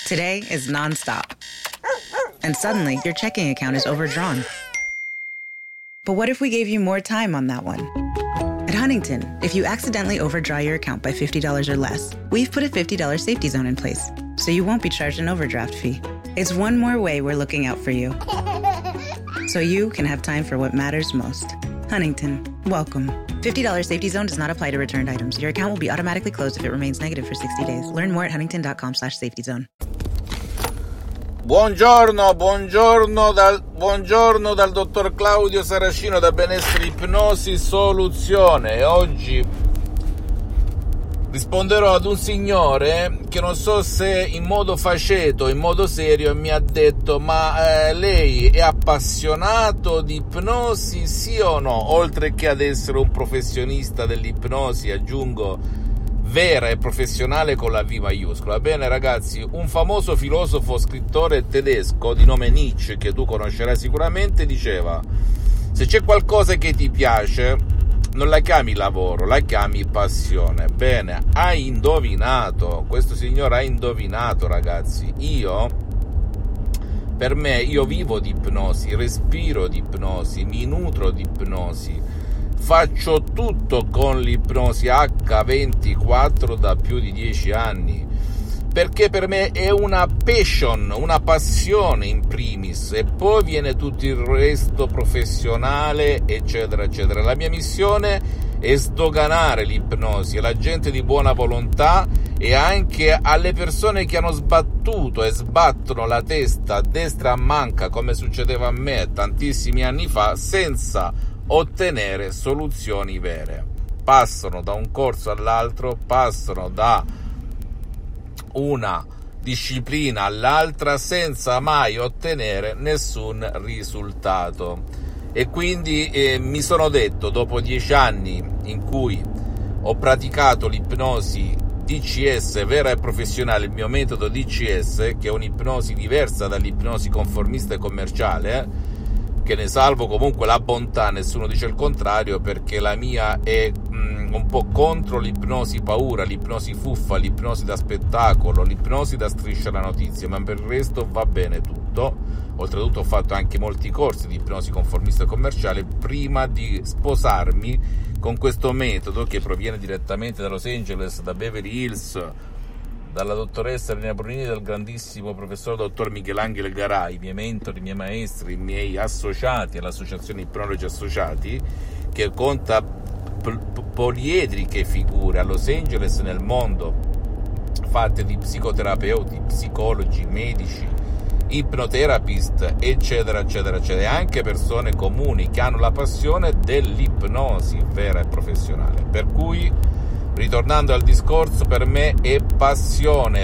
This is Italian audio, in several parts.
Today is nonstop. And suddenly, your checking account is overdrawn. But what if we gave you more time on that one? At Huntington, if you accidentally overdraw your account by $50 or less, we've put a $50 safety zone in place, so you won't be charged an overdraft fee. It's one more way we're looking out for you, so you can have time for what matters most. Huntington, welcome. $50 safety zone does not apply to returned items. Your account will be automatically closed if it remains negative for 60 days. Learn more at huntington.com/safety zone. Buongiorno dal dottor Claudio Saracino da Benessere Ipnosi Soluzione. E oggi risponderò ad un signore che non so se in modo faceto o in modo serio mi ha detto: ma lei è appassionato di ipnosi, sì o no? Oltre che ad essere un professionista dell'ipnosi, aggiungo vera e professionale con la V maiuscola. Bene ragazzi, un famoso filosofo scrittore tedesco di nome Nietzsche, che tu conoscerai sicuramente, diceva: se c'è qualcosa che ti piace non la chiami lavoro, la chiami passione. Bene, hai indovinato, questo signore ha indovinato ragazzi. Per me, io vivo di ipnosi, respiro di ipnosi, mi nutro di ipnosi, faccio tutto con l'ipnosi H24 da più di 10 anni, perché per me è una passion, una passione in primis, e poi viene tutto il resto professionale, eccetera, eccetera. La mia missione è sdoganare l'ipnosi alla gente di buona volontà e anche alle persone che hanno sbattuto e sbattono la testa a destra e a manca, come succedeva a me tantissimi anni fa, senza ottenere soluzioni vere. Passano da un corso all'altro, passano da una disciplina all'altra senza mai ottenere nessun risultato. E quindi mi sono detto, dopo 10 anni in cui ho praticato l'ipnosi DCS vera e professionale, il mio metodo DCS, che è un'ipnosi diversa dall'ipnosi conformista e commerciale, che ne salvo comunque la bontà, nessuno dice il contrario, perché la mia è un po' contro l'ipnosi paura, l'ipnosi fuffa, l'ipnosi da spettacolo, l'ipnosi da striscia la notizia, ma per il resto va bene tutto. Oltretutto ho fatto anche molti corsi di ipnosi conformista e commerciale prima di sposarmi con questo metodo, che proviene direttamente da Los Angeles, da Beverly Hills, dalla dottoressa Elena Brunini e dal grandissimo professor dottor Michelangelo Garai, i miei mentori, i miei maestri, i miei associati all'associazione Ipnologi Associati, che conta poliedriche figure a Los Angeles e nel mondo, fatte di psicoterapeuti, psicologi, medici, ipnoterapist, eccetera, eccetera, eccetera, e anche persone comuni che hanno la passione dell'ipnosi vera e professionale. Per cui, ritornando al discorso, per me è passione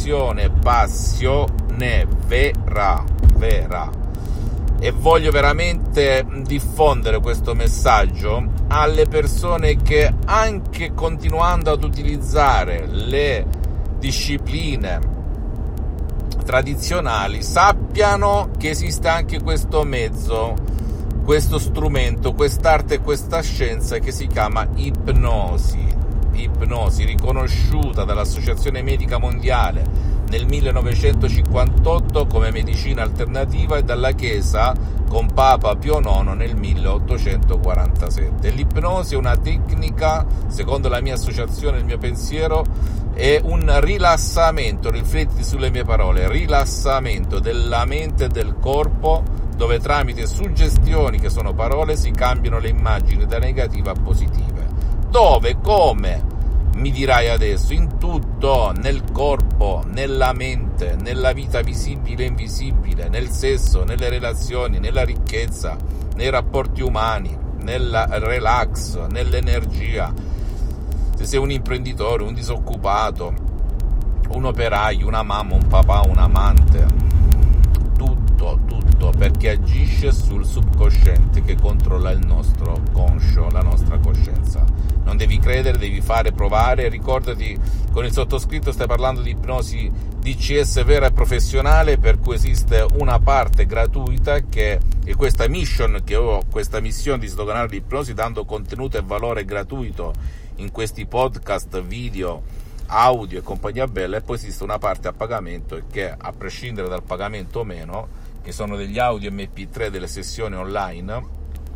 vera, e voglio veramente diffondere questo messaggio alle persone che, anche continuando ad utilizzare le discipline tradizionali, sappiano che esiste anche questo mezzo, questo strumento, quest'arte e questa scienza che si chiama ipnosi, riconosciuta dall'Associazione Medica Mondiale nel 1958 come medicina alternativa e dalla Chiesa con Papa Pio IX nel 1847. L'ipnosi è una tecnica, secondo la mia associazione, il mio pensiero, è un rilassamento, rifletti sulle mie parole, rilassamento della mente e del corpo, dove tramite suggestioni, che sono parole, si cambiano le immagini da negative a positive. Dove? Come? Mi dirai adesso, in tutto, nel corpo, nella mente, nella vita visibile e invisibile, nel sesso, nelle relazioni, nella ricchezza, nei rapporti umani, nel relax, nell'energia. Se sei un imprenditore, un disoccupato, un operaio, una mamma, un papà, un amante, tutto, perché agisce sul subconsciente che controlla il nostro conscio, la nostra coscienza. Non devi credere, devi fare, provare. Ricordati, con il sottoscritto stai parlando di ipnosi DCS vera e professionale, per cui esiste una parte gratuita che è questa mission, che ho questa missione di sdoganare l'ipnosi, dando contenuto e valore gratuito in questi podcast, video, audio e compagnia bella, e poi esiste una parte a pagamento che, a prescindere dal pagamento o meno, che sono degli audio MP3 delle sessioni online,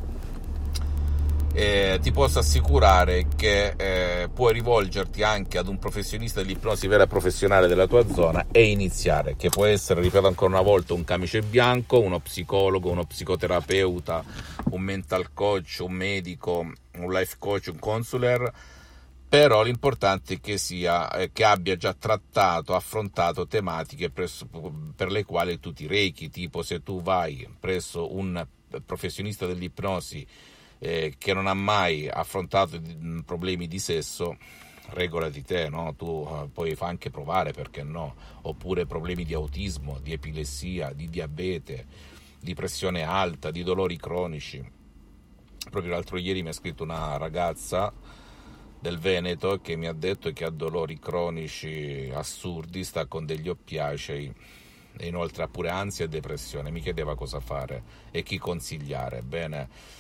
ti posso assicurare che puoi rivolgerti anche ad un professionista dell'ipnosi vera e professionale della tua zona e iniziare, che può essere, ripeto ancora una volta, un camice bianco, uno psicologo, uno psicoterapeuta, un mental coach, un medico, un life coach, un counselor. Però l'importante è che che abbia già affrontato tematiche per le quali tu ti rechi, tipo se tu vai presso un professionista dell'ipnosi che non ha mai affrontato problemi di sesso, regolati te, no? Tu puoi anche provare, perché no? Oppure problemi di autismo, di epilessia, di diabete, di pressione alta, di dolori cronici. Proprio l'altro ieri mi ha scritto una ragazza del Veneto che mi ha detto che ha dolori cronici assurdi, sta con degli oppiacei e inoltre ha pure ansia e depressione. Mi chiedeva cosa fare e chi consigliare. Bene,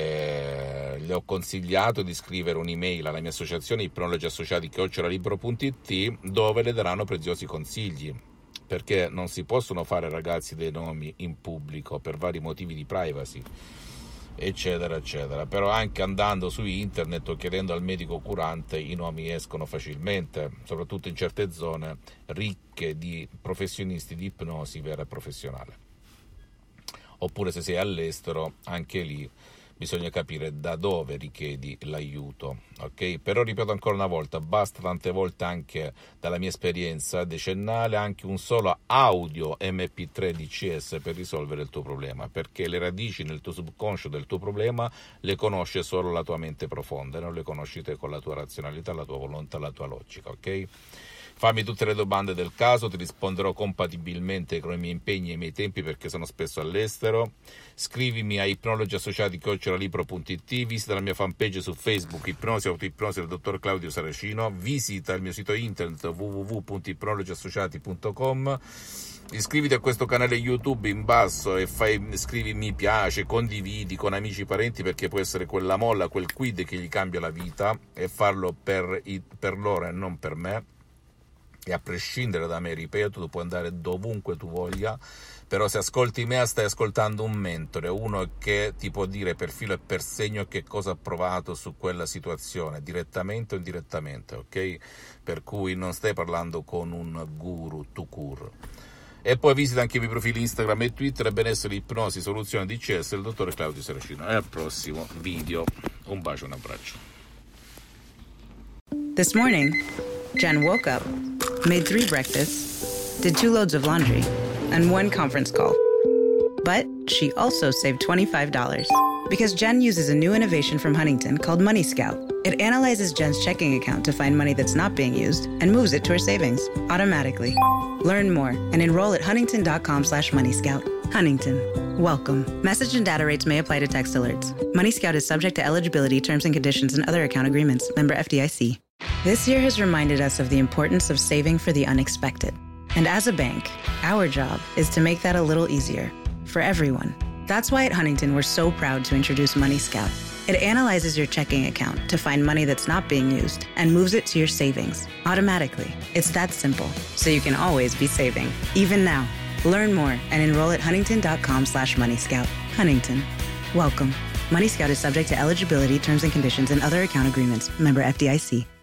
le ho consigliato di scrivere un'email alla mia associazione ipnologiassociati@libro.it, dove le daranno preziosi consigli, perché non si possono fare, ragazzi, dei nomi in pubblico per vari motivi di privacy, eccetera eccetera. Però anche andando su internet o chiedendo al medico curante i nomi escono facilmente, soprattutto in certe zone ricche di professionisti di ipnosi vera e professionale. Oppure se sei all'estero, anche lì bisogna capire da dove richiedi l'aiuto, ok? Però ripeto ancora una volta, basta tante volte, anche dalla mia esperienza decennale, anche un solo audio MP3 DCS per risolvere il tuo problema, perché le radici nel tuo subconscio del tuo problema le conosce solo la tua mente profonda, non le conosci te con la tua razionalità, la tua volontà, la tua logica, ok? Fammi tutte le domande del caso, ti risponderò compatibilmente con i miei impegni e i miei tempi, perché sono spesso all'estero. Scrivimi a ipnologiassociati@libro.it, visita la mia fanpage su Facebook, Ipnosi Autoipnosi del dottor Claudio Saracino, visita il mio sito internet www.ipnologiassociati.com, iscriviti a questo canale YouTube in basso e scrivi mi piace, condividi con amici e parenti, perché può essere quella molla, quel quid che gli cambia la vita, e farlo per loro e non per me. E a prescindere da me, ripeto, tu puoi andare dovunque tu voglia, però se ascolti me stai ascoltando un mentore, uno che ti può dire per filo e per segno che cosa ha provato su quella situazione, direttamente o indirettamente, ok? Per cui non stai parlando con un guru tout court. E poi visita anche i miei profili Instagram e Twitter, benessere, ipnosi, soluzione DCS del dottor Claudio Saracino. E al prossimo video, un bacio, un abbraccio. This morning, Jen woke up, made 3 breakfasts, did 2 loads of laundry, and 1 conference call. But she also saved $25 because Jen uses a new innovation from Huntington called Money Scout. It analyzes Jen's checking account to find money that's not being used and moves it to her savings automatically. Learn more and enroll at huntington.com/moneyscout. Huntington. Welcome. Message and data rates may apply to text alerts. Money Scout is subject to eligibility, terms and conditions, and other account agreements. Member FDIC. This year has reminded us of the importance of saving for the unexpected. And as a bank, our job is to make that a little easier for everyone. That's why at Huntington, we're so proud to introduce Money Scout. It analyzes your checking account to find money that's not being used and moves it to your savings automatically. It's that simple, so you can always be saving, even now. Learn more and enroll at huntington.com/moneyscout. Huntington. Welcome. Money Scout is subject to eligibility, terms and conditions, and other account agreements. Member FDIC.